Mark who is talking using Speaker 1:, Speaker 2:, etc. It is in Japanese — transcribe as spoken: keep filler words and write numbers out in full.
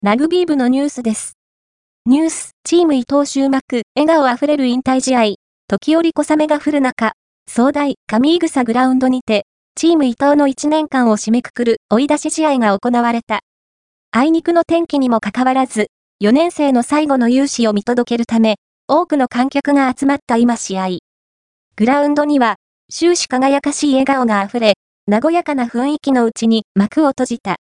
Speaker 1: ラグビー部のニュースです。ニュース、チーム伊藤終幕、笑顔あふれる引退試合。時折小雨が降る中、壮大、上井草グラウンドにて、チーム伊藤のいちねんかんを締めくくる追い出し試合が行われた。あいにくの天気にもかかわらず、よねん生の最後の勇姿を見届けるため、多くの観客が集まった今試合。グラウンドには、終始輝かしい笑顔があふれ、和やかな雰囲気のうちに幕を閉じた。